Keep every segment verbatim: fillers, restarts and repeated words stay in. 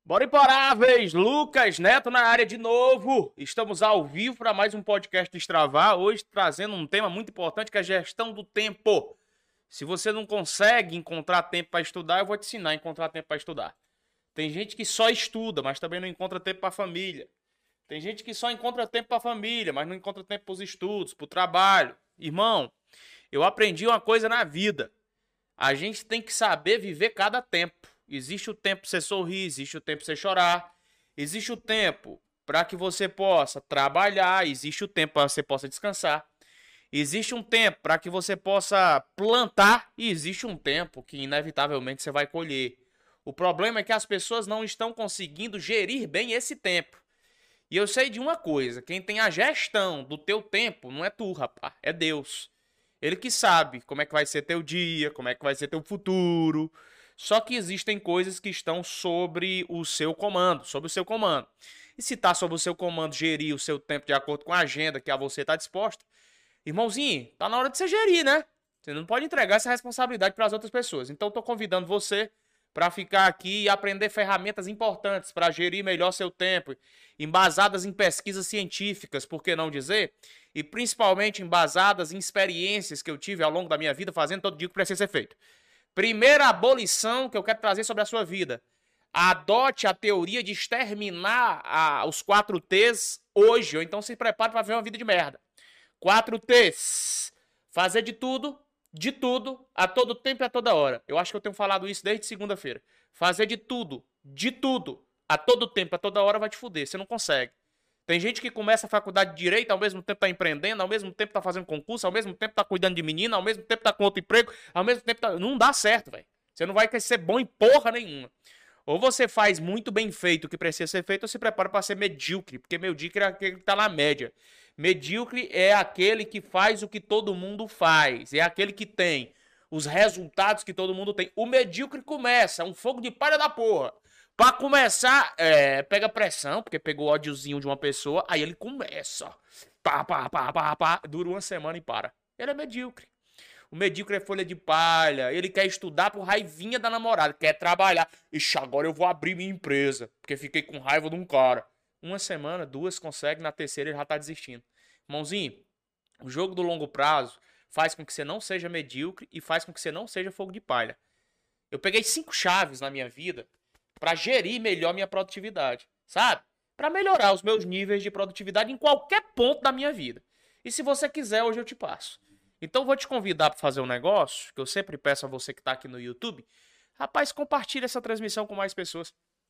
Bora imparáveis! Lucas Neto na área de novo. Estamos ao vivo para mais um podcast Destravar. Hoje trazendo um tema muito importante que é a gestão do tempo. Se você não consegue encontrar tempo para estudar, eu vou te ensinar a encontrar tempo para estudar. Tem gente que só estuda, mas também não encontra tempo para a família. Tem gente que só encontra tempo para a família, mas não encontra tempo para os estudos, para o trabalho. Irmão, eu aprendi uma coisa na vida. A gente tem que saber viver cada tempo. Existe o tempo para você sorrir, existe o tempo para você chorar, existe o tempo para que você possa trabalhar, existe o tempo para que você possa descansar, existe um tempo para que você possa plantar e existe um tempo que inevitavelmente você vai colher. O problema é que as pessoas não estão conseguindo gerir bem esse tempo. E eu sei de uma coisa, quem tem a gestão do teu tempo não é tu, rapaz, é Deus. Ele que sabe como é que vai ser teu dia, como é que vai ser teu futuro. Só que existem coisas que estão sobre o seu comando, sobre o seu comando. E se está sob o seu comando gerir o seu tempo de acordo com a agenda que a você está disposta, irmãozinho, tá na hora de você gerir, né? Você não pode entregar essa responsabilidade para as outras pessoas. Então estou convidando você para ficar aqui e aprender ferramentas importantes para gerir melhor seu tempo, embasadas em pesquisas científicas, por que não dizer? E principalmente embasadas em experiências que eu tive ao longo da minha vida fazendo todo dia o que precisa ser feito. Primeira abolição que eu quero trazer sobre a sua vida. Adote a teoria de exterminar a, os quatro T's hoje, ou então se prepare para ver uma vida de merda. Quatro T's. Fazer de tudo, de tudo, a todo tempo e a toda hora. Eu acho que eu tenho falado isso desde segunda-feira. Fazer de tudo, de tudo, a todo tempo, a toda hora vai te fuder. Você não consegue. Tem gente que começa a faculdade de Direito, ao mesmo tempo tá empreendendo, ao mesmo tempo tá fazendo concurso, ao mesmo tempo tá cuidando de menina, ao mesmo tempo tá com outro emprego, ao mesmo tempo tá... Não dá certo, velho. Você não vai querer ser bom em porra nenhuma. Ou você faz muito bem feito o que precisa ser feito, ou se prepara para ser medíocre, porque medíocre é aquele que tá na média. Medíocre é aquele que faz o que todo mundo faz, é aquele que tem os resultados que todo mundo tem. O medíocre começa, um fogo de palha da porra. Pra começar, é, pega pressão, porque pegou ódiozinho de uma pessoa, aí ele começa. Pá, pá, pá, pá, pá, dura uma semana e para. Ele é medíocre. O medíocre é folha de palha, ele quer estudar por raivinha da namorada, quer trabalhar. Ixi, agora eu vou abrir minha empresa, porque fiquei com raiva de um cara. Uma semana, duas consegue, na terceira ele já tá desistindo. Irmãozinho, o jogo do longo prazo faz com que você não seja medíocre e faz com que você não seja fogo de palha. Eu peguei cinco chaves na minha vida para gerir melhor minha produtividade, sabe? Para melhorar os meus níveis de produtividade em qualquer ponto da minha vida. E se você quiser, hoje eu te passo. Então vou te convidar para fazer um negócio, que eu sempre peço a você que está aqui no YouTube. Rapaz, compartilhe essa transmissão com mais pessoas.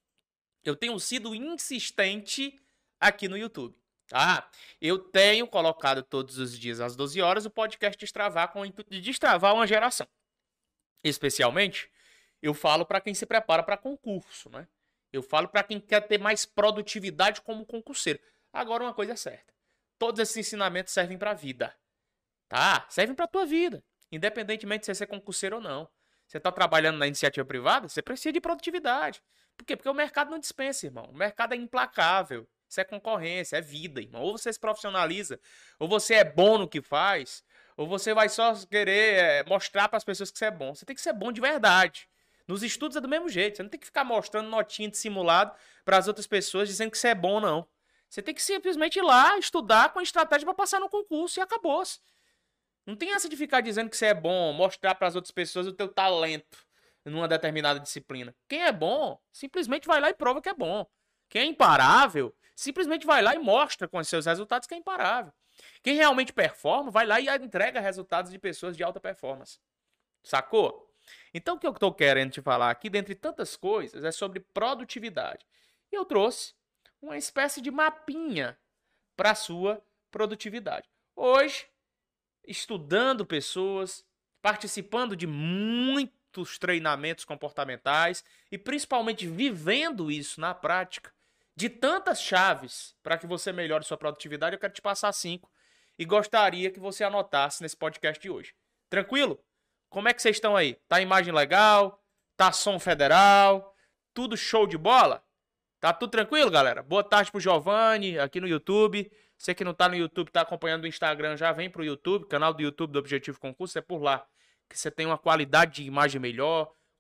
Eu tenho sido insistente aqui no YouTube, tá? Eu tenho colocado todos os dias às doze horas o podcast Destravar com o intuito de destravar uma geração. Especialmente, eu falo para quem se prepara para concurso, né? Eu falo para quem quer ter mais produtividade como concurseiro. Agora, uma coisa é certa. Todos esses ensinamentos servem para a vida, tá? Servem para a tua vida, independentemente de você ser concurseiro ou não. Você está trabalhando na iniciativa privada, você precisa de produtividade. Por quê? Porque o mercado não dispensa, irmão. O mercado é implacável. Isso é concorrência, é vida, irmão. Ou você se profissionaliza, ou você é bom no que faz, ou você vai só querer é, mostrar para as pessoas que você é bom. Você tem que ser bom de verdade. Nos estudos é do mesmo jeito. Você não tem que ficar mostrando notinha de simulado para as outras pessoas dizendo que você é bom, não. Você tem que simplesmente ir lá, estudar com a estratégia para passar no concurso e acabou-se. Não tem essa de ficar dizendo que você é bom, mostrar para as outras pessoas o teu talento numa determinada disciplina. Quem é bom, simplesmente vai lá e prova que é bom. Quem é imparável, simplesmente vai lá e mostra com os seus resultados que é imparável. Quem realmente performa, vai lá e entrega resultados de pessoas de alta performance. Sacou? Então o que eu estou querendo te falar aqui, dentre tantas coisas, é sobre produtividade. E eu trouxe uma espécie de mapinha para a sua produtividade. Hoje, estudando pessoas, participando de muitos treinamentos comportamentais e principalmente vivendo isso na prática, de tantas chaves para que você melhore sua produtividade, eu quero te passar cinco e gostaria que você anotasse nesse podcast de hoje. Tranquilo? Como é que vocês estão aí? Tá imagem legal? Tá som federal? Tudo show de bola? Tá tudo tranquilo, galera? Boa tarde pro Giovanni, aqui no YouTube. Você que não tá no YouTube, tá acompanhando o Instagram, já vem pro YouTube, canal do YouTube do Objetivo Concurso, é por lá que você tem uma qualidade de imagem melhor,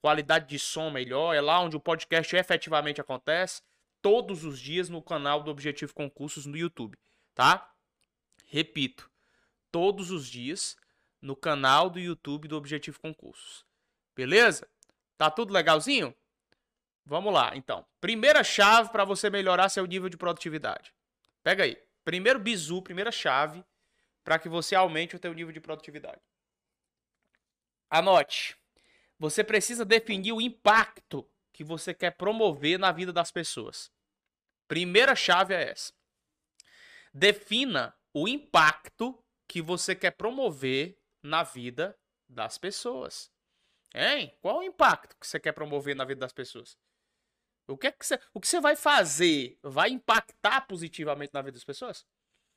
qualidade de som melhor, é lá onde o podcast efetivamente acontece, todos os dias no canal do Objetivo Concursos no YouTube, tá? Repito, todos os dias no canal do YouTube do Objetivo Concursos. Beleza? Tá tudo legalzinho? Vamos lá, então. Primeira chave para você melhorar seu nível de produtividade. Pega aí. Primeiro bizu, primeira chave para que você aumente o seu nível de produtividade. Anote. Você precisa definir o impacto que você quer promover na vida das pessoas. Primeira chave é essa. Defina o impacto que você quer promover na vida das pessoas. Hein? Qual o impacto que você quer promover na vida das pessoas? O que, é que, você, o que você vai fazer vai impactar positivamente na vida das pessoas?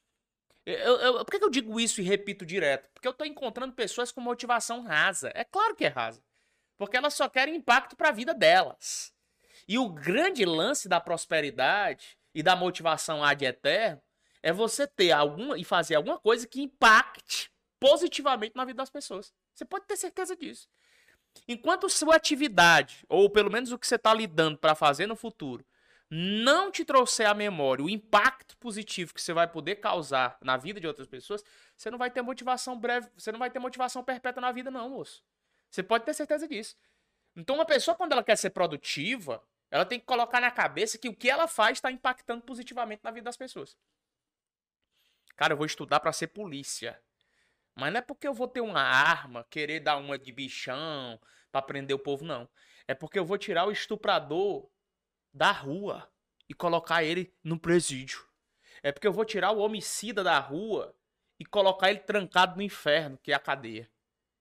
Eu, eu, por que eu digo isso e repito direto? Porque eu estou encontrando pessoas com motivação rasa. É claro que é rasa. Porque elas só querem impacto para a vida delas. E o grande lance da prosperidade e da motivação ad eterno é você ter alguma e fazer alguma coisa que impacte positivamente na vida das pessoas. Você pode ter certeza disso. Enquanto sua atividade, ou pelo menos o que você está lidando para fazer no futuro, não te trouxer à memória o impacto positivo que você vai poder causar na vida de outras pessoas, você não vai ter motivação breve, você não vai ter motivação perpétua na vida não, moço. Você pode ter certeza disso. Então uma pessoa, quando ela quer ser produtiva, ela tem que colocar na cabeça que o que ela faz está impactando positivamente na vida das pessoas. Cara, eu vou estudar para ser polícia. Mas não é porque eu vou ter uma arma, querer dar uma de bichão pra prender o povo, não. É porque eu vou tirar o estuprador da rua e colocar ele no presídio. É porque eu vou tirar o homicida da rua e colocar ele trancado no inferno, que é a cadeia.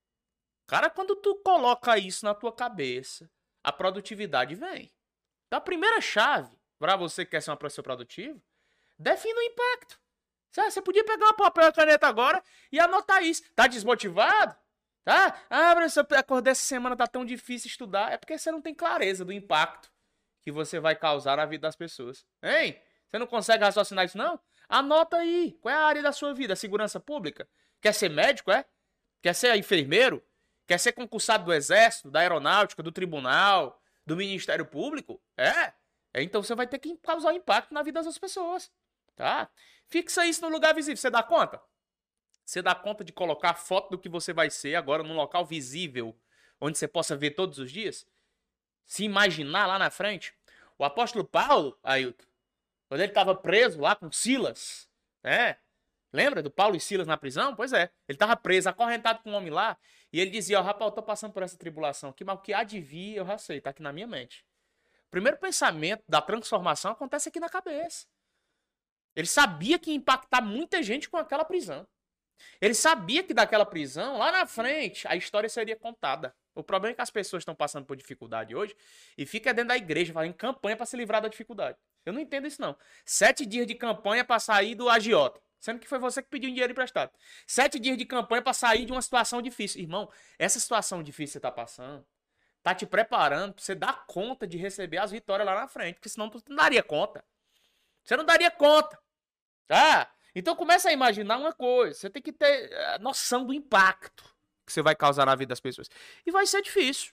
Cara, quando tu coloca isso na tua cabeça, a produtividade vem. Então a primeira chave pra você que quer ser uma pessoa produtiva, defina o impacto. Você podia pegar uma papel e uma caneta agora e anotar isso. Tá desmotivado? Tá? Ah, professor, acordei essa semana, tá tão difícil estudar. É porque você não tem clareza do impacto que você vai causar na vida das pessoas. Hein? Você não consegue raciocinar isso, não? Anota aí. Qual é a área da sua vida? Segurança pública? Quer ser médico, é? Quer ser enfermeiro? Quer ser concursado do Exército, da Aeronáutica, do Tribunal, do Ministério Público? É? Então você vai ter que causar impacto na vida das pessoas. Tá? Fixa isso no lugar visível. Você dá conta? Você dá conta de colocar foto do que você vai ser agora num local visível, onde você possa ver todos os dias? Se imaginar lá na frente? O apóstolo Paulo, Ailton, quando ele estava preso lá com Silas, né? Lembra do Paulo e Silas na prisão? Pois é. Ele estava preso, acorrentado com um homem lá, e ele dizia, ó, rapaz, eu tô passando por essa tribulação aqui, mas o que há de vir, eu já sei, tá aqui na minha mente. O primeiro pensamento da transformação acontece aqui na cabeça. Ele sabia que ia impactar muita gente com aquela prisão. Ele sabia que daquela prisão, lá na frente, a história seria contada. O problema é que as pessoas estão passando por dificuldade hoje e fica dentro da igreja fazendo campanha para se livrar da dificuldade. Eu não entendo isso, não. Sete dias de campanha para sair do agiota, sendo que foi você que pediu um dinheiro emprestado. Sete dias de campanha para sair de uma situação difícil. Irmão, essa situação difícil que você está passando, tá te preparando para você dar conta de receber as vitórias lá na frente, porque senão tu não daria conta. Você não daria conta. Tá? Então começa a imaginar uma coisa. Você tem que ter a noção do impacto que você vai causar na vida das pessoas. E vai ser difícil.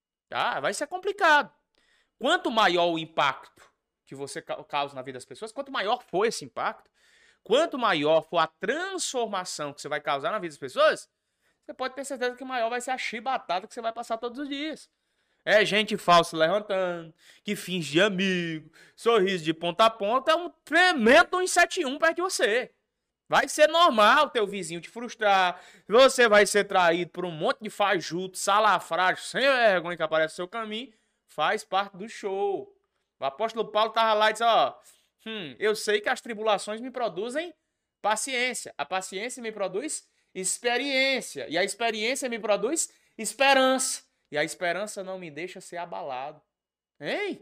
Tá? Vai ser complicado. Quanto maior o impacto que você causa na vida das pessoas, quanto maior for esse impacto, quanto maior for a transformação que você vai causar na vida das pessoas, você pode ter certeza que maior vai ser a chibatada que você vai passar todos os dias. É gente falsa levantando, que finge de amigo, sorriso de ponta a ponta, é um tremendo um sete um perto de você. Vai ser normal teu vizinho te frustrar, você vai ser traído por um monte de fajuto, salafrário, sem vergonha que aparece no seu caminho, faz parte do show. O apóstolo Paulo estava lá e disse, ó, hum, eu sei que as tribulações me produzem paciência, a paciência me produz experiência, e a experiência me produz esperança. E a esperança não me deixa ser abalado. Hein?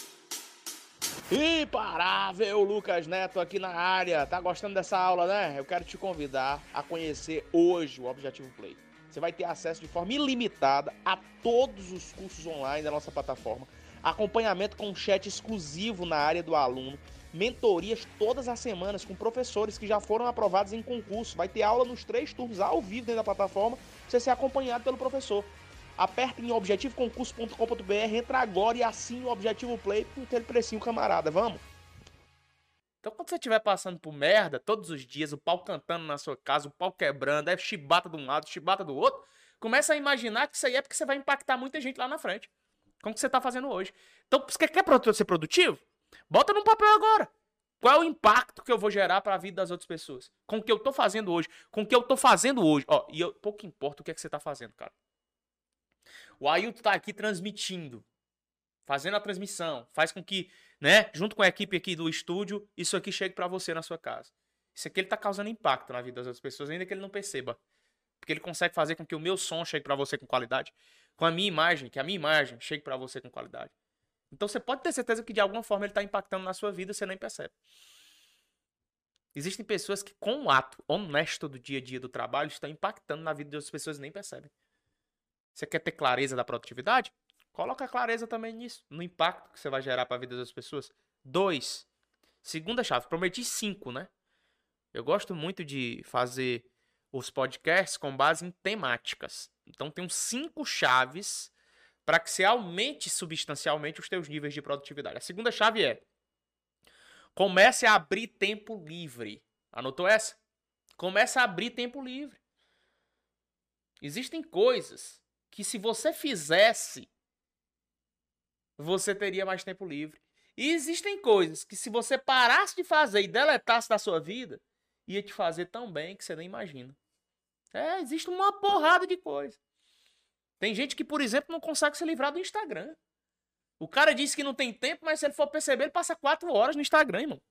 Imparável Lucas Neto aqui na área. Tá gostando dessa aula, né? Eu quero te convidar a conhecer hoje o Objetivo Play. Você vai ter acesso de forma ilimitada a todos os cursos online da nossa plataforma, acompanhamento com chat exclusivo na área do aluno, mentorias todas as semanas com professores que já foram aprovados em concurso. Vai ter aula nos três turnos ao vivo dentro da plataforma, pra você ser acompanhado pelo professor. Aperta em objetivo concurso ponto com ponto br, entra agora e assine o Objetivo Play com aquele precinho, camarada. Vamos? Então, quando você estiver passando por merda, todos os dias, o pau cantando na sua casa, o pau quebrando, é chibata de um lado, chibata do outro, começa a imaginar que isso aí é porque você vai impactar muita gente lá na frente. Como que você está fazendo hoje. Então, você quer ser produtivo? Bota no papel agora. Qual é o impacto que eu vou gerar para a vida das outras pessoas? Com o que eu estou fazendo hoje. Com o que eu estou fazendo hoje. Ó, e eu, pouco importa o que é que você está fazendo, cara. O Ailton está aqui transmitindo. Fazendo a transmissão. Faz com que, né, junto com a equipe aqui do estúdio, isso aqui chegue para você na sua casa. Isso aqui ele está causando impacto na vida das outras pessoas, ainda que ele não perceba. Porque ele consegue fazer com que o meu som chegue para você com qualidade. Com a minha imagem, que a minha imagem chegue para você com qualidade. Então você pode ter certeza que de alguma forma ele está impactando na sua vida e você nem percebe. Existem pessoas que com o ato honesto do dia a dia do trabalho estão impactando na vida de outras pessoas e nem percebem. Você quer ter clareza da produtividade? Coloca clareza também nisso, no impacto que você vai gerar para a vida das pessoas. Dois, segunda chave, prometi cinco, né? Eu gosto muito de fazer os podcasts com base em temáticas. Então tem cinco chaves para que você aumente substancialmente os teus níveis de produtividade. A segunda chave é: comece a abrir tempo livre. Anotou essa? Comece a abrir tempo livre. Existem coisas que se você fizesse, você teria mais tempo livre. E existem coisas que se você parasse de fazer e deletasse da sua vida, ia te fazer tão bem que você nem imagina. É, existe uma porrada de coisa. Tem gente que, por exemplo, não consegue se livrar do Instagram. O cara diz que não tem tempo, mas se ele for perceber, ele passa quatro horas no Instagram, irmão.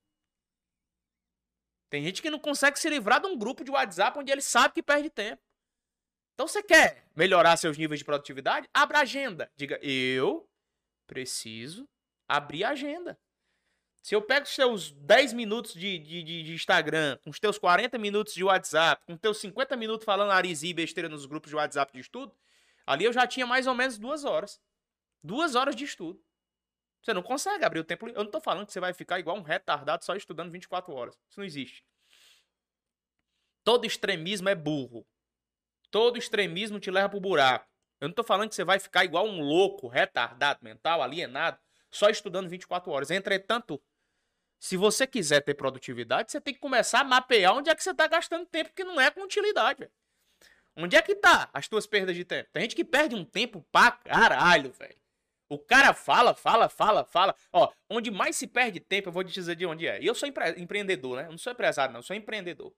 Tem gente que não consegue se livrar de um grupo de WhatsApp onde ele sabe que perde tempo. Então você quer melhorar seus níveis de produtividade? Abra a agenda. Diga, eu preciso abrir a agenda. Se eu pego os teus dez minutos de, de, de Instagram, com os teus quarenta minutos de WhatsApp, com os teus cinquenta minutos falando arizi e besteira nos grupos de WhatsApp de estudo, ali eu já tinha mais ou menos duas horas. Duas horas de estudo. Você não consegue abrir o tempo. Eu não tô falando que você vai ficar igual um retardado só estudando vinte e quatro horas. Isso não existe. Todo extremismo é burro. Todo extremismo te leva pro buraco. Eu não tô falando que você vai ficar igual um louco, retardado, mental, alienado, só estudando vinte e quatro horas. Entretanto, se você quiser ter produtividade, você tem que começar a mapear onde é que você tá gastando tempo que não é com utilidade, velho. Onde é que tá as tuas perdas de tempo? Tem gente que perde um tempo pra caralho, velho. O cara fala, fala, fala, fala. Ó, onde mais se perde tempo, eu vou te dizer de onde é. E eu sou empre- empreendedor, né? Eu não sou empresário, não. Eu sou empreendedor.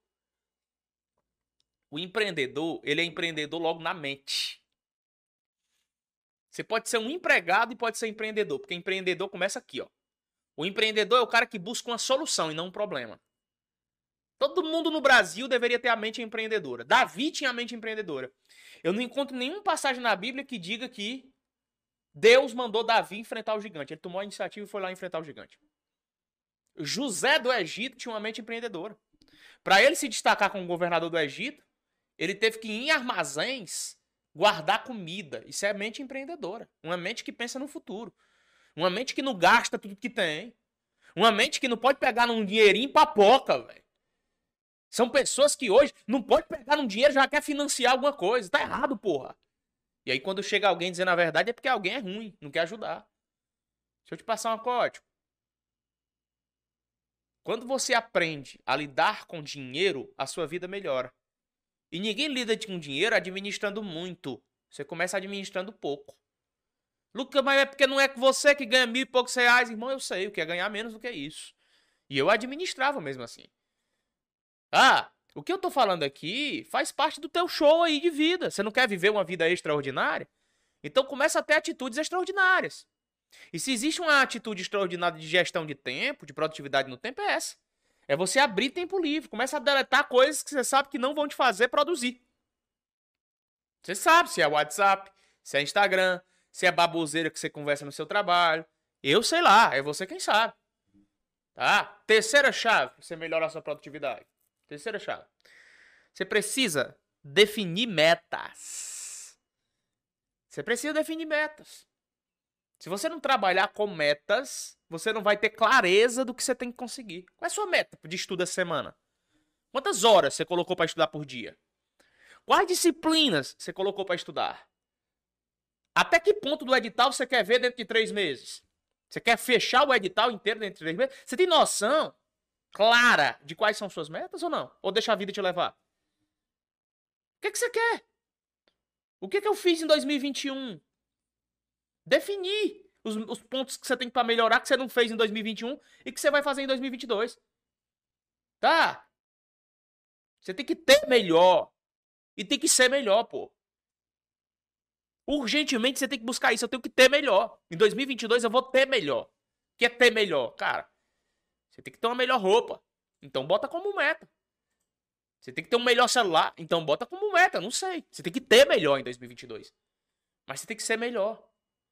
O empreendedor, ele é empreendedor logo na mente. Você pode ser um empregado e pode ser empreendedor. Porque empreendedor começa aqui, ó. O empreendedor é o cara que busca uma solução e não um problema. Todo mundo no Brasil deveria ter a mente empreendedora. Davi tinha a mente empreendedora. Eu não encontro nenhuma passagem na Bíblia que diga que Deus mandou Davi enfrentar o gigante. Ele tomou a iniciativa e foi lá enfrentar o gigante. José do Egito tinha uma mente empreendedora. Para ele se destacar como governador do Egito, ele teve que ir em armazéns guardar comida. Isso é mente empreendedora. Uma mente que pensa no futuro. Uma mente que não gasta tudo que tem. Uma mente que não pode pegar num dinheirinho papoca, velho. São pessoas que hoje não pode pegar num dinheiro e já quer financiar alguma coisa. Tá errado, porra. E aí quando chega alguém dizendo a verdade é porque alguém é ruim, não quer ajudar. Deixa eu te passar um código. Quando você aprende a lidar com dinheiro, a sua vida melhora. E ninguém lida com dinheiro administrando muito. Você começa administrando pouco. Lucas, mas é porque não é você que ganha mil e poucos reais. Irmão, eu sei o que é ganhar menos do que isso. E eu administrava mesmo assim. Ah, o que eu tô falando aqui faz parte do teu show aí de vida. Você não quer viver uma vida extraordinária? Então começa a ter atitudes extraordinárias. E se existe uma atitude extraordinária de gestão de tempo, de produtividade no tempo, é essa. É você abrir tempo livre. Começa a deletar coisas que você sabe que não vão te fazer produzir. Você sabe se é WhatsApp, se é Instagram, se é baboseira que você conversa no seu trabalho. Eu sei lá, é você quem sabe. Tá? Terceira chave para você melhorar a sua produtividade. Terceira chave. Você precisa definir metas. Você precisa definir metas. Se você não trabalhar com metas, você não vai ter clareza do que você tem que conseguir. Qual é a sua meta de estudo essa semana? Quantas horas você colocou para estudar por dia? Quais disciplinas você colocou para estudar? Até que ponto do edital você quer ver dentro de três meses? Você quer fechar o edital inteiro dentro de três meses? Você tem noção clara de quais são suas metas ou não? Ou deixa a vida te levar? O que, que você quer? O que, que eu fiz em dois mil e vinte e um? Definir os, os pontos que você tem para melhorar que você não fez em dois mil e vinte e um e que você vai fazer em dois mil e vinte e dois. Tá? Você tem que ter melhor. E tem que ser melhor, pô. Urgentemente você tem que buscar isso. Eu tenho que ter melhor. Em dois mil e vinte e dois eu vou ter melhor. O que é ter melhor? Cara, você tem que ter uma melhor roupa. Então bota como meta. Você tem que ter um melhor celular. Então bota como meta. Não sei. Você tem que ter melhor em dois mil e vinte e dois. Mas você tem que ser melhor.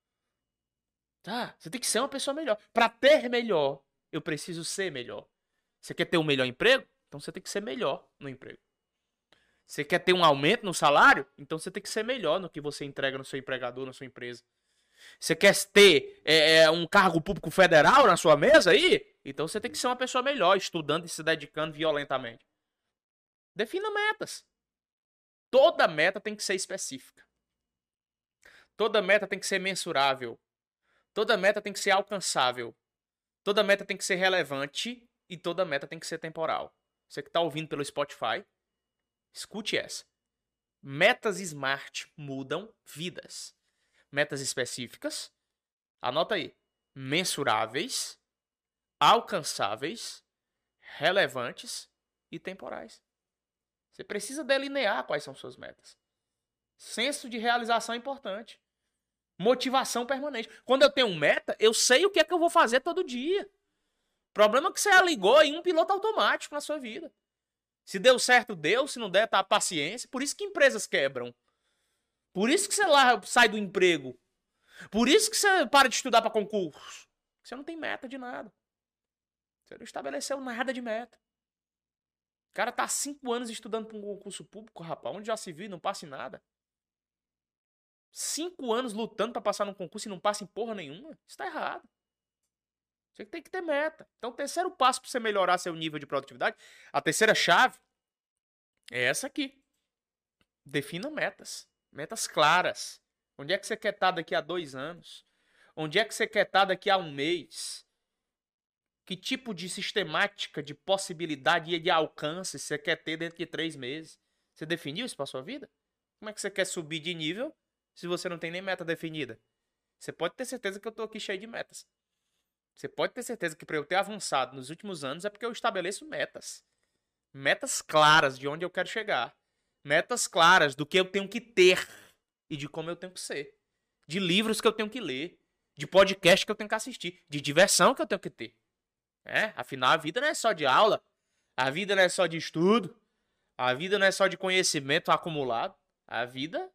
Tá? Você tem que ser uma pessoa melhor. Pra ter melhor, eu preciso ser melhor. Você quer ter um melhor emprego? Então você tem que ser melhor no emprego. Você quer ter um aumento no salário? Então você tem que ser melhor no que você entrega no seu empregador, na sua empresa. Você quer ter é, um cargo público federal na sua mesa aí? Então você tem que ser uma pessoa melhor, estudando e se dedicando violentamente. Defina metas. Toda meta tem que ser específica. Toda meta tem que ser mensurável. Toda meta tem que ser alcançável. Toda meta tem que ser relevante. E toda meta tem que ser temporal. Você que está ouvindo pelo Spotify, escute essa. Metas smart mudam vidas. Metas específicas, anota aí, mensuráveis, alcançáveis, relevantes e temporais. Você precisa delinear quais são suas metas. Senso de realização é importante. Motivação permanente. Quando eu tenho meta, eu sei o que é que eu vou fazer todo dia. O problema é que você ligou em um piloto automático na sua vida. Se deu certo, deu. Se não der, tá paciência. Por isso que empresas quebram. Por isso que você lá sai do emprego. Por isso que você para de estudar para concurso. Você não tem meta de nada. Você não estabeleceu nada de meta. O cara tá há cinco anos estudando para um concurso público, rapaz. Onde já se viu e não passa em nada. Cinco anos lutando para passar num concurso e não passa em porra nenhuma. Isso tá errado. Você tem que ter meta. Então o terceiro passo para você melhorar seu nível de produtividade, a terceira chave, é essa aqui. Defina metas. Metas claras. Onde é que você quer estar daqui a dois anos? Onde é que você quer estar daqui a um mês? Que tipo de sistemática, de possibilidade e de alcance você quer ter dentro de três meses? Você definiu isso para sua vida? Como é que você quer subir de nível se você não tem nem meta definida? Você pode ter certeza que eu estou aqui cheio de metas. Você pode ter certeza que para eu ter avançado nos últimos anos é porque eu estabeleço metas. Metas claras de onde eu quero chegar. Metas claras do que eu tenho que ter e de como eu tenho que ser. De livros que eu tenho que ler. De podcast que eu tenho que assistir. De diversão que eu tenho que ter. É, afinal, a vida não é só de aula. A vida não é só de estudo. A vida não é só de conhecimento acumulado. A vida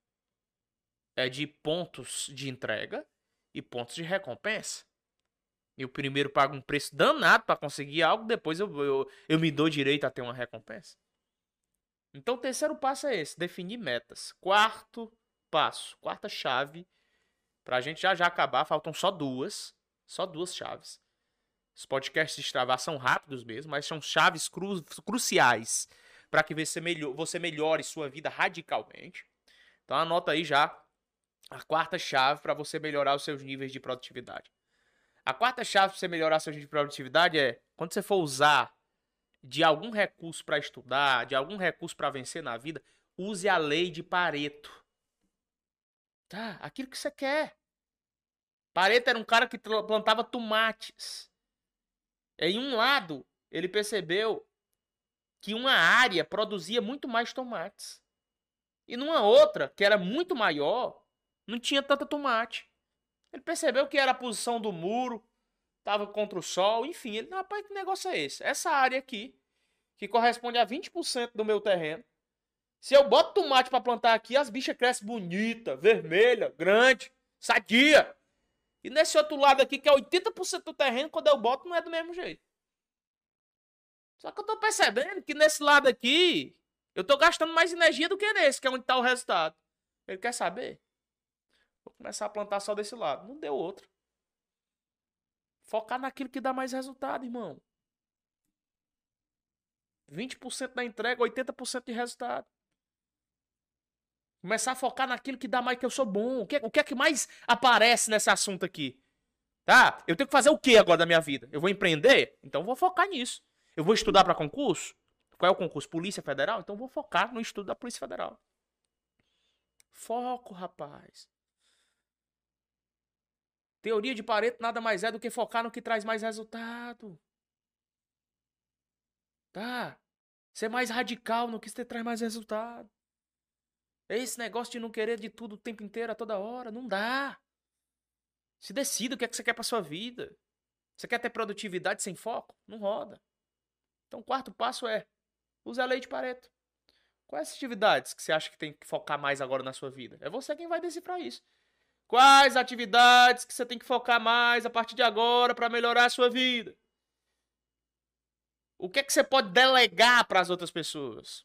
é de pontos de entrega e pontos de recompensa. Eu primeiro pago um preço danado para conseguir algo, depois eu, eu, eu me dou direito a ter uma recompensa. Então o terceiro passo é esse, definir metas. Quarto passo, quarta chave, para a gente já já acabar, faltam só duas, só duas chaves. Os podcasts de Destravar são rápidos mesmo, mas são chaves cru, cruciais para que você, melhor, você melhore sua vida radicalmente. Então anota aí já a quarta chave para você melhorar os seus níveis de produtividade. A quarta chave para você melhorar seu nível de produtividade é, quando você for usar de algum recurso para estudar, de algum recurso para vencer na vida, use a lei de Pareto. Tá? Aquilo que você quer. Pareto era um cara que plantava tomates. Em um lado, ele percebeu que uma área produzia muito mais tomates. E numa outra, que era muito maior, não tinha tanto tomate. Ele percebeu que era a posição do muro, estava contra o sol, enfim. Ele, rapaz, que negócio é esse? Essa área aqui, que corresponde a vinte por cento do meu terreno. Se eu boto tomate para plantar aqui, as bichas crescem bonita, vermelha, grande, sadia. E nesse outro lado aqui, que é oitenta por cento do terreno, quando eu boto, não é do mesmo jeito. Só que eu tô percebendo que nesse lado aqui, eu tô gastando mais energia do que nesse, que é onde tá o resultado. Ele quer saber? Vou começar a plantar só desse lado. Não deu outro. Focar naquilo que dá mais resultado, irmão. vinte por cento da entrega, oitenta por cento de resultado. Começar a focar naquilo que dá mais, que eu sou bom. O que, o que é que mais aparece nesse assunto aqui? Tá? Eu tenho que fazer o que agora da minha vida? Eu vou empreender? Então eu vou focar nisso. Eu vou estudar para concurso? Qual é o concurso? Polícia Federal? Então eu vou focar no estudo da Polícia Federal. Foco, rapaz. Teoria de Pareto nada mais é do que focar no que traz mais resultado. Tá? Ser mais radical no que te traz mais resultado. Esse negócio de não querer de tudo o tempo inteiro, a toda hora, não dá. Se decida o que é que você quer pra sua vida. Você quer ter produtividade sem foco? Não roda. Então o quarto passo é, use a lei de Pareto. Quais atividades que você acha que tem que focar mais agora na sua vida? É você quem vai decifrar isso. Quais atividades que você tem que focar mais a partir de agora para melhorar a sua vida? O que é que você pode delegar para as outras pessoas?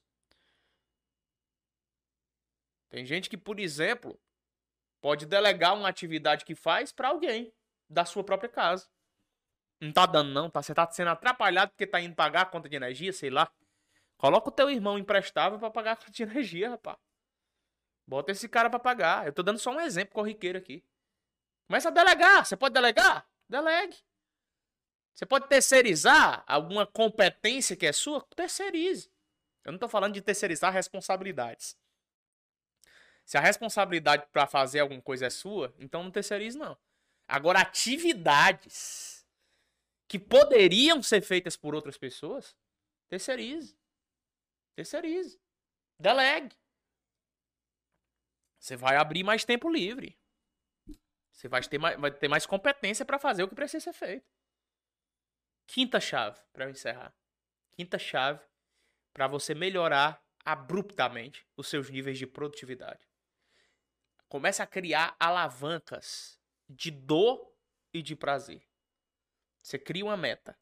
Tem gente que, por exemplo, pode delegar uma atividade que faz para alguém da sua própria casa. Não tá dando não, tá? Você tá sendo atrapalhado porque tá indo pagar a conta de energia, sei lá. Coloca o teu irmão emprestável para pagar a conta de energia, rapaz. Bota esse cara para pagar. Eu tô dando só um exemplo corriqueiro aqui. Começa a delegar. Você pode delegar? Delegue. Você pode terceirizar alguma competência que é sua? Terceirize. Eu não tô falando de terceirizar responsabilidades. Se a responsabilidade para fazer alguma coisa é sua, então não terceirize, não. Agora, atividades que poderiam ser feitas por outras pessoas, terceirize. Terceirize. Delegue. Você vai abrir mais tempo livre. Você vai ter mais, vai ter mais competência para fazer o que precisa ser feito. Quinta chave, para eu encerrar. Quinta chave para você melhorar abruptamente os seus níveis de produtividade. Comece a criar alavancas de dor e de prazer. Você cria uma meta.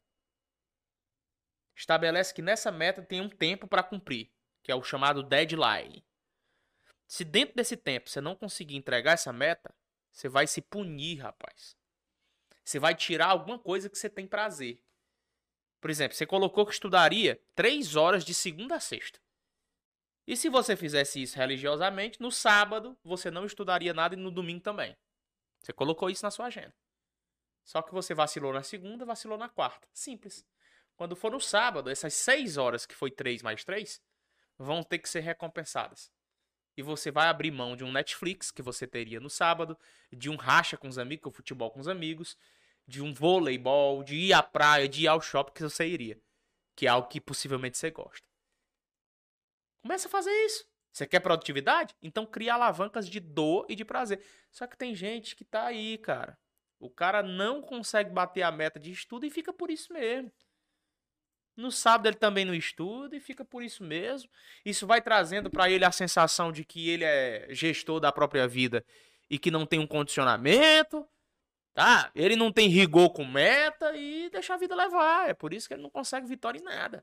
Estabelece que nessa meta tem um tempo para cumprir, que é o chamado deadline. Se dentro desse tempo você não conseguir entregar essa meta, você vai se punir, rapaz. Você vai tirar alguma coisa que você tem prazer. Por exemplo, você colocou que estudaria três horas de segunda a sexta. E se você fizesse isso religiosamente, no sábado você não estudaria nada e no domingo também. Você colocou isso na sua agenda. Só que você vacilou na segunda, vacilou na quarta. Simples. Quando for no sábado, essas seis horas, que foi três mais três, vão ter que ser recompensadas. E você vai abrir mão de um Netflix, que você teria no sábado, de um racha com os amigos, com o futebol com os amigos, de um voleibol, de ir à praia, de ir ao shopping que você iria. Que é algo que possivelmente você gosta. Começa a fazer isso. Você quer produtividade? Então cria alavancas de dor e de prazer. Só que tem gente que tá aí, cara. O cara não consegue bater a meta de estudo e fica por isso mesmo. No sábado ele também não estuda e fica por isso mesmo. Isso vai trazendo para ele a sensação de que ele é gestor da própria vida e que não tem um condicionamento, tá? Ele não tem rigor com meta e deixa a vida levar. É por isso que ele não consegue vitória em nada.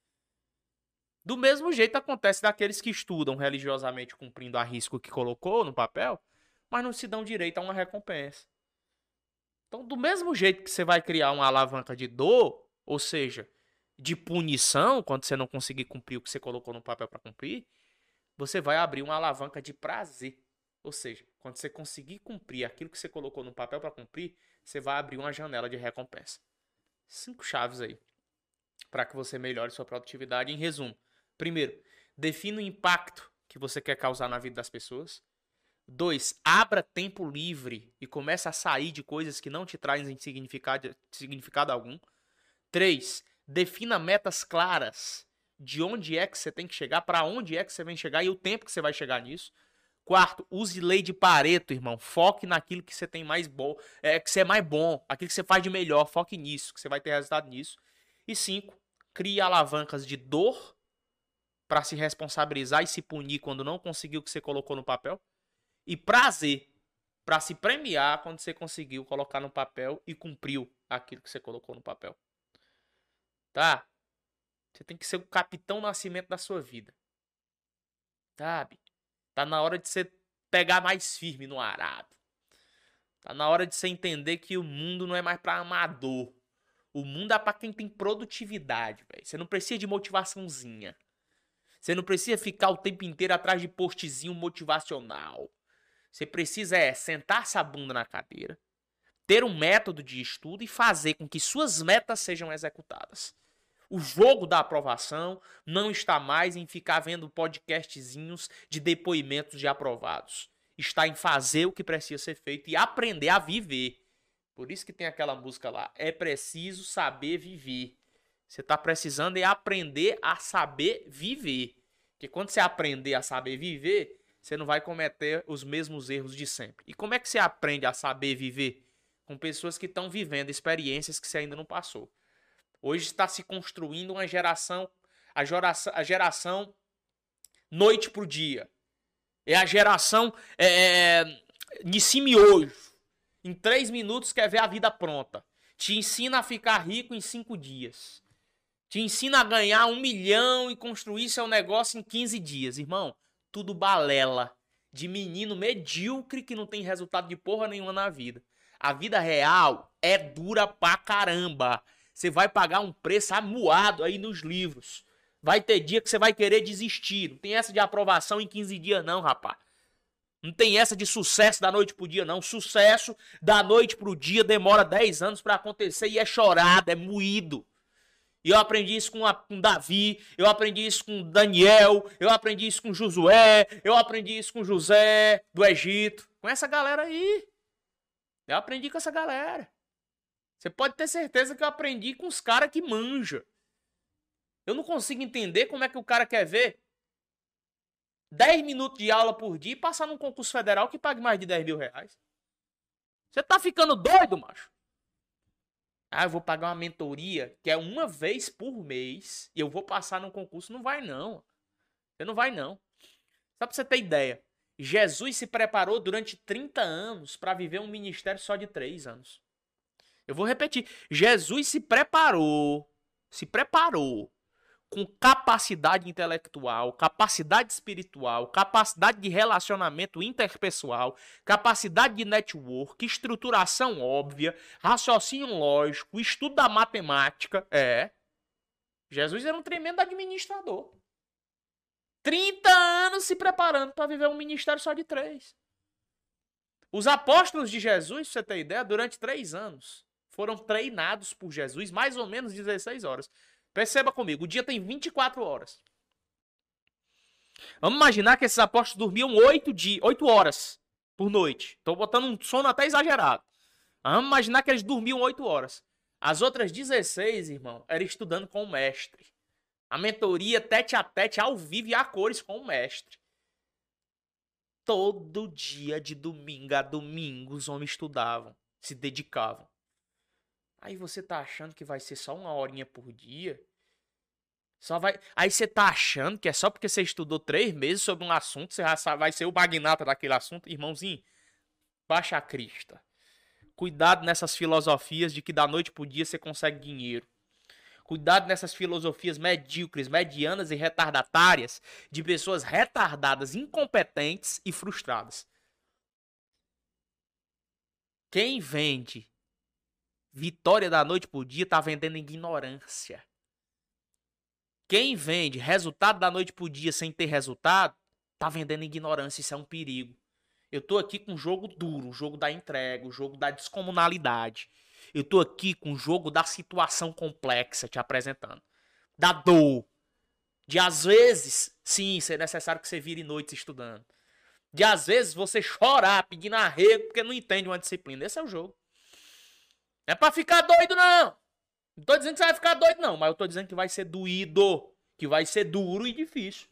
Do mesmo jeito acontece daqueles que estudam religiosamente cumprindo a risco que colocou no papel, mas não se dão direito a uma recompensa. Então, do mesmo jeito que você vai criar uma alavanca de dor, ou seja, de punição, quando você não conseguir cumprir o que você colocou no papel para cumprir, você vai abrir uma alavanca de prazer. Ou seja, quando você conseguir cumprir aquilo que você colocou no papel para cumprir, você vai abrir uma janela de recompensa. Cinco chaves aí para que você melhore sua produtividade. Em resumo, primeiro, defina o impacto que você quer causar na vida das pessoas. Dois, abra tempo livre e comece a sair de coisas que não te trazem significado, significado algum. Três, defina metas claras de onde é que você tem que chegar, para onde é que você vem chegar e o tempo que você vai chegar nisso. Quarto, use lei de Pareto, irmão. Foque naquilo que você tem mais bom, é, que você é mais bom, aquilo que você faz de melhor. Foque nisso, que você vai ter resultado nisso. E cinco, crie alavancas de dor para se responsabilizar e se punir quando não conseguiu o que você colocou no papel. E prazer para se premiar quando você conseguiu colocar no papel e cumpriu aquilo que você colocou no papel. Tá? Você tem que ser o capitão nascimento da sua vida. Sabe? Tá na hora de você pegar mais firme no arado. Tá na hora de você entender que o mundo não é mais para amador. O mundo é para quem tem produtividade, velho. Você não precisa de motivaçãozinha. Você não precisa ficar o tempo inteiro atrás de postzinho motivacional. Você precisa é sentar essa bunda na cadeira, ter um método de estudo e fazer com que suas metas sejam executadas. O jogo da aprovação não está mais em ficar vendo podcastzinhos de depoimentos de aprovados. Está em fazer o que precisa ser feito e aprender a viver. Por isso que tem aquela música lá, é preciso saber viver. Você está precisando é aprender a saber viver. Porque quando você aprender a saber viver, você não vai cometer os mesmos erros de sempre. E como é que você aprende a saber viver? Com pessoas que estão vivendo experiências que você ainda não passou. Hoje está se construindo uma geração, a geração, a geração noite pro dia. É a geração é, Nissi Miojo. Em três minutos quer ver a vida pronta. Te ensina a ficar rico em cinco dias. Te ensina a ganhar um milhão e construir seu negócio em quinze dias. Irmão, tudo balela. De menino medíocre que não tem resultado de porra nenhuma na vida. A vida real é dura pra caramba. Você vai pagar um preço amuado aí nos livros. Vai ter dia que você vai querer desistir. Não tem essa de aprovação em quinze dias não, rapaz. Não tem essa de sucesso da noite pro dia não. Sucesso da noite pro dia demora dez anos pra acontecer e é chorado, é moído. E eu aprendi isso com, a, com Davi, eu aprendi isso com Daniel, eu aprendi isso com Josué, eu aprendi isso com José do Egito. Com essa galera aí. Eu aprendi com essa galera. Você pode ter certeza que eu aprendi com os caras que manjam. Eu não consigo entender como é que o cara quer ver dez minutos de aula por dia e passar num concurso federal que pague mais de dez mil reais. Você tá ficando doido, macho? Ah, eu vou pagar uma mentoria que é uma vez por mês e eu vou passar num concurso. Não vai não. Você não vai não. Só pra você ter ideia. Jesus se preparou durante trinta anos para viver um ministério só de três anos. Eu vou repetir. Jesus se preparou, se preparou com capacidade intelectual, capacidade espiritual, capacidade de relacionamento interpessoal, capacidade de network, estruturação óbvia, raciocínio lógico, estudo da matemática. É. Jesus era um tremendo administrador. trinta anos se preparando para viver um ministério só de três. Os apóstolos de Jesus, pra você ter ideia, durante três anos, foram treinados por Jesus mais ou menos dezesseis horas. Perceba comigo, o dia tem vinte e quatro horas. Vamos imaginar que esses apóstolos dormiam oito, dias, oito horas por noite. Estou botando um sono até exagerado. Vamos imaginar que eles dormiam oito horas. As outras dezesseis, irmão, eram estudando com o mestre. A mentoria tete a tete, ao vivo e a cores com o mestre. Todo dia, de domingo a domingo, os homens estudavam, se dedicavam. Aí você tá achando que vai ser só uma horinha por dia? Só vai... Aí você tá achando que é só porque você estudou três meses sobre um assunto, você já vai ser o magnata daquele assunto? Irmãozinho, baixa a crista. Cuidado nessas filosofias de que da noite pro dia você consegue dinheiro. Cuidado nessas filosofias medíocres, medianas e retardatárias de pessoas retardadas, incompetentes e frustradas. Quem vende vitória da noite pro dia tá vendendo ignorância. Quem vende resultado da noite pro dia sem ter resultado, tá vendendo ignorância. Isso é um perigo. Eu tô aqui com um jogo duro, o jogo da entrega, o jogo da descomunalidade. Eu tô aqui com o jogo da situação complexa te apresentando. Da dor. De às vezes, sim, ser necessário que você vire noites estudando. De às vezes você chorar, pedindo arrego porque não entende uma disciplina. Esse é o jogo. Não é pra ficar doido, não. Não tô dizendo que você vai ficar doido, não. Mas eu tô dizendo que vai ser doído. Que vai ser duro e difícil.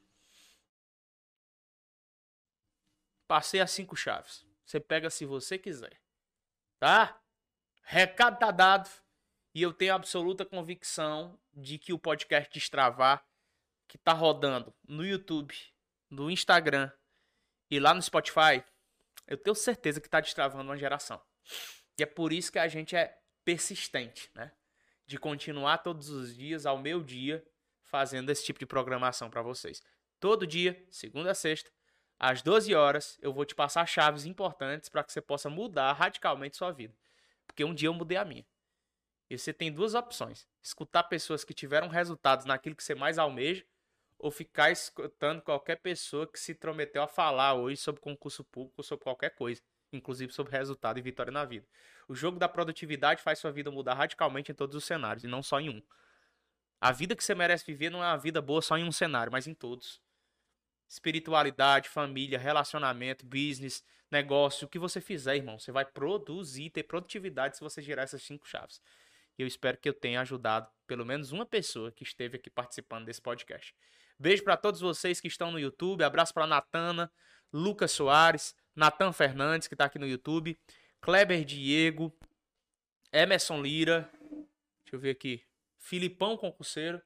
Passei as cinco chaves. Você pega se você quiser. Tá? Recado tá dado. E eu tenho absoluta convicção de que o podcast Destravar, que tá rodando no YouTube, no Instagram e lá no Spotify, eu tenho certeza que tá destravando uma geração. E é por isso que a gente é persistente, né? De continuar todos os dias, ao meu dia, fazendo esse tipo de programação para vocês. Todo dia, segunda a sexta, às doze horas, eu vou te passar chaves importantes para que você possa mudar radicalmente sua vida. Porque um dia eu mudei a minha. E você tem duas opções. Escutar pessoas que tiveram resultados naquilo que você mais almeja, ou ficar escutando qualquer pessoa que se intrometeu a falar hoje sobre concurso público ou sobre qualquer coisa, inclusive sobre resultado e vitória na vida. O jogo da produtividade faz sua vida mudar radicalmente em todos os cenários, e não só em um. A vida que você merece viver não é uma vida boa só em um cenário, mas em todos. Espiritualidade, família, relacionamento, business, negócio, o que você fizer, irmão, você vai produzir, ter produtividade se você girar essas cinco chaves. E eu espero que eu tenha ajudado pelo menos uma pessoa que esteve aqui participando desse podcast. Beijo para todos vocês que estão no YouTube, abraço para Natana, Lucas Soares, Natan Fernandes, que está aqui no YouTube, Kleber Diego, Emerson Lira, deixa eu ver aqui, Filipão Concurseiro,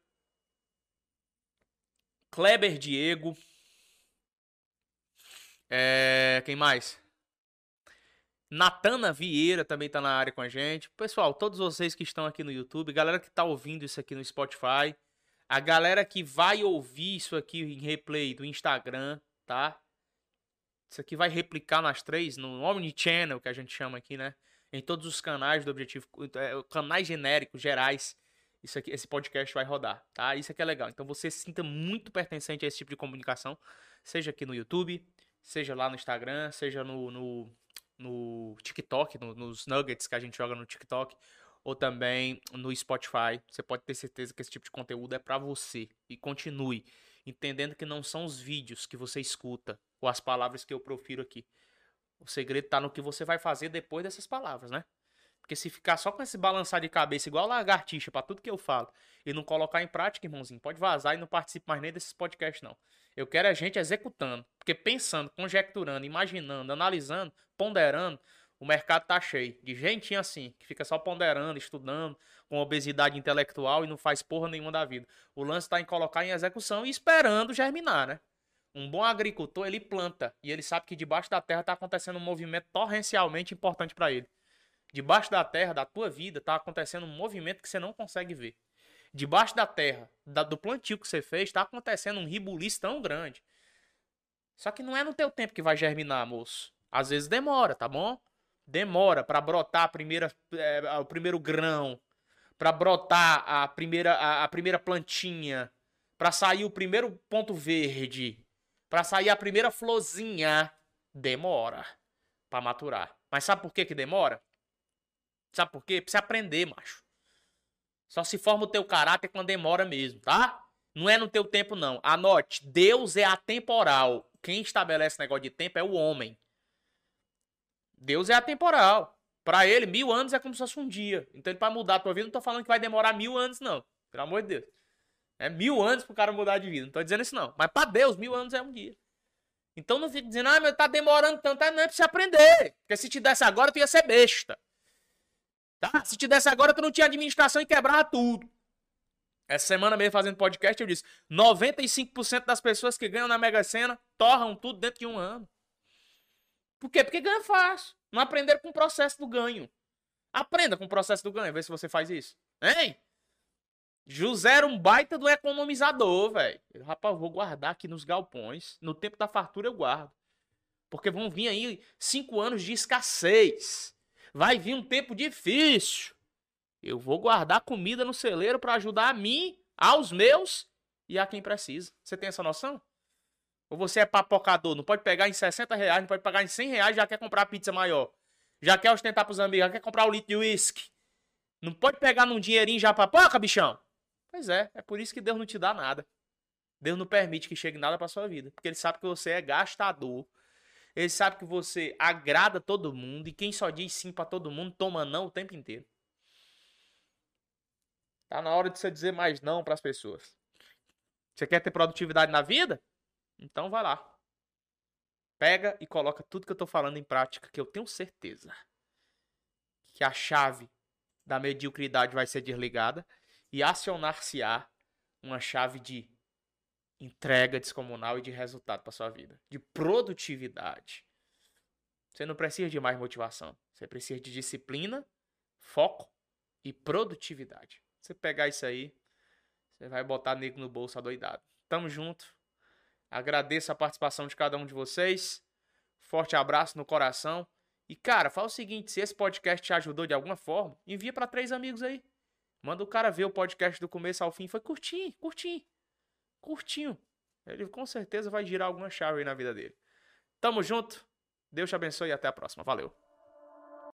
Kleber Diego, é, quem mais? Natana Vieira também tá na área com a gente. Pessoal, todos vocês que estão aqui no YouTube, galera que tá ouvindo isso aqui no Spotify, a galera que vai ouvir isso aqui em replay do Instagram, tá? Isso aqui vai replicar nas três, no Omnichannel, que a gente chama aqui, né? Em todos os canais do Objetivo, canais genéricos, gerais, isso aqui, esse podcast vai rodar, tá? Isso aqui é legal. Então você se sinta muito pertencente a esse tipo de comunicação, seja aqui no YouTube, seja lá no Instagram, seja no, no, no TikTok, no, nos nuggets que a gente joga no TikTok, ou também no Spotify. Você pode ter certeza que esse tipo de conteúdo é pra você. E continue entendendo que não são os vídeos que você escuta ou as palavras que eu profiro aqui. O segredo tá no que você vai fazer depois dessas palavras, né? Porque se ficar só com esse balançar de cabeça igual lagartixa pra tudo que eu falo e não colocar em prática, irmãozinho, pode vazar e não participe mais nem desses podcasts, não. Eu quero a gente executando. Porque pensando, conjecturando, imaginando, analisando, ponderando, o mercado tá cheio de gentinha assim, que fica só ponderando, estudando, com obesidade intelectual e não faz porra nenhuma da vida. O lance tá em colocar em execução e esperando germinar, né? Um bom agricultor, ele planta e ele sabe que debaixo da terra tá acontecendo um movimento torrencialmente importante para ele. Debaixo da terra, da tua vida, tá acontecendo um movimento que você não consegue ver. Debaixo da terra, da, do plantio que você fez, tá acontecendo um ribuliço tão grande. Só que não é no teu tempo que vai germinar, moço. Às vezes demora, tá bom? Demora para brotar a primeira, é, o primeiro grão, para brotar a primeira, a, a primeira plantinha, para sair o primeiro ponto verde, para sair a primeira florzinha. Demora para maturar. Mas sabe por que que demora? Sabe por quê? Pra você aprender, macho. Só se forma o teu caráter quando demora mesmo, tá? Não é no teu tempo, não. Anote, Deus é atemporal. Quem estabelece negócio de tempo é o homem. Deus é atemporal. Pra ele, mil anos é como se fosse um dia. Então, ele, pra mudar a tua vida, não tô falando que vai demorar mil anos, não. Pelo amor de Deus. É mil anos pro cara mudar de vida. Não tô dizendo isso, não. Mas pra Deus, mil anos é um dia. Então, não fique dizendo, ah, mas tá demorando tanto. Não é pra você aprender. Porque se te desse agora, tu ia ser besta. Tá? Se te desse agora, tu não tinha administração e quebrava tudo. Essa semana mesmo, fazendo podcast, eu disse, noventa e cinco por cento das pessoas que ganham na Mega Sena torram tudo dentro de um ano. Por quê? Porque ganha fácil. Não aprenderam com o processo do ganho. Aprenda com o processo do ganho, vê se você faz isso. Hein? José era um baita do economizador, velho. Rapaz, eu vou guardar aqui nos galpões. No tempo da fartura eu guardo. Porque vão vir aí cinco anos de escassez. Vai vir um tempo difícil. Eu vou guardar comida no celeiro para ajudar a mim, aos meus e a quem precisa. Você tem essa noção? Ou você é papocador, não pode pegar em sessenta reais, não pode pagar em cem reais, já quer comprar pizza maior. Já quer ostentar pros amigos, já quer comprar um litro de uísque. Não pode pegar num dinheirinho já papoca, bichão? Pois é, é por isso que Deus não te dá nada. Deus não permite que chegue nada pra sua vida. Porque Ele sabe que você é gastador. Ele sabe que você agrada todo mundo. E quem só diz sim pra todo mundo, toma não o tempo inteiro. Tá na hora de você dizer mais não pras pessoas. Você quer ter produtividade na vida? Então vai lá. Pega e coloca tudo que eu tô falando em prática, que eu tenho certeza que a chave da mediocridade vai ser desligada e acionar-se-á uma chave de entrega descomunal e de resultado para sua vida, de produtividade. Você não precisa de mais motivação, você precisa de disciplina, foco e produtividade. Você pegar isso aí, você vai botar nego no bolso adoidado. Tamo junto. Agradeço a participação de cada um de vocês. Forte abraço no coração. E, cara, fala o seguinte, se esse podcast te ajudou de alguma forma, envia para três amigos aí. Manda o cara ver o podcast do começo ao fim. Foi curtinho, curtinho. Curtinho. Ele com certeza vai girar alguma chave aí na vida dele. Tamo junto. Deus te abençoe e até a próxima. Valeu.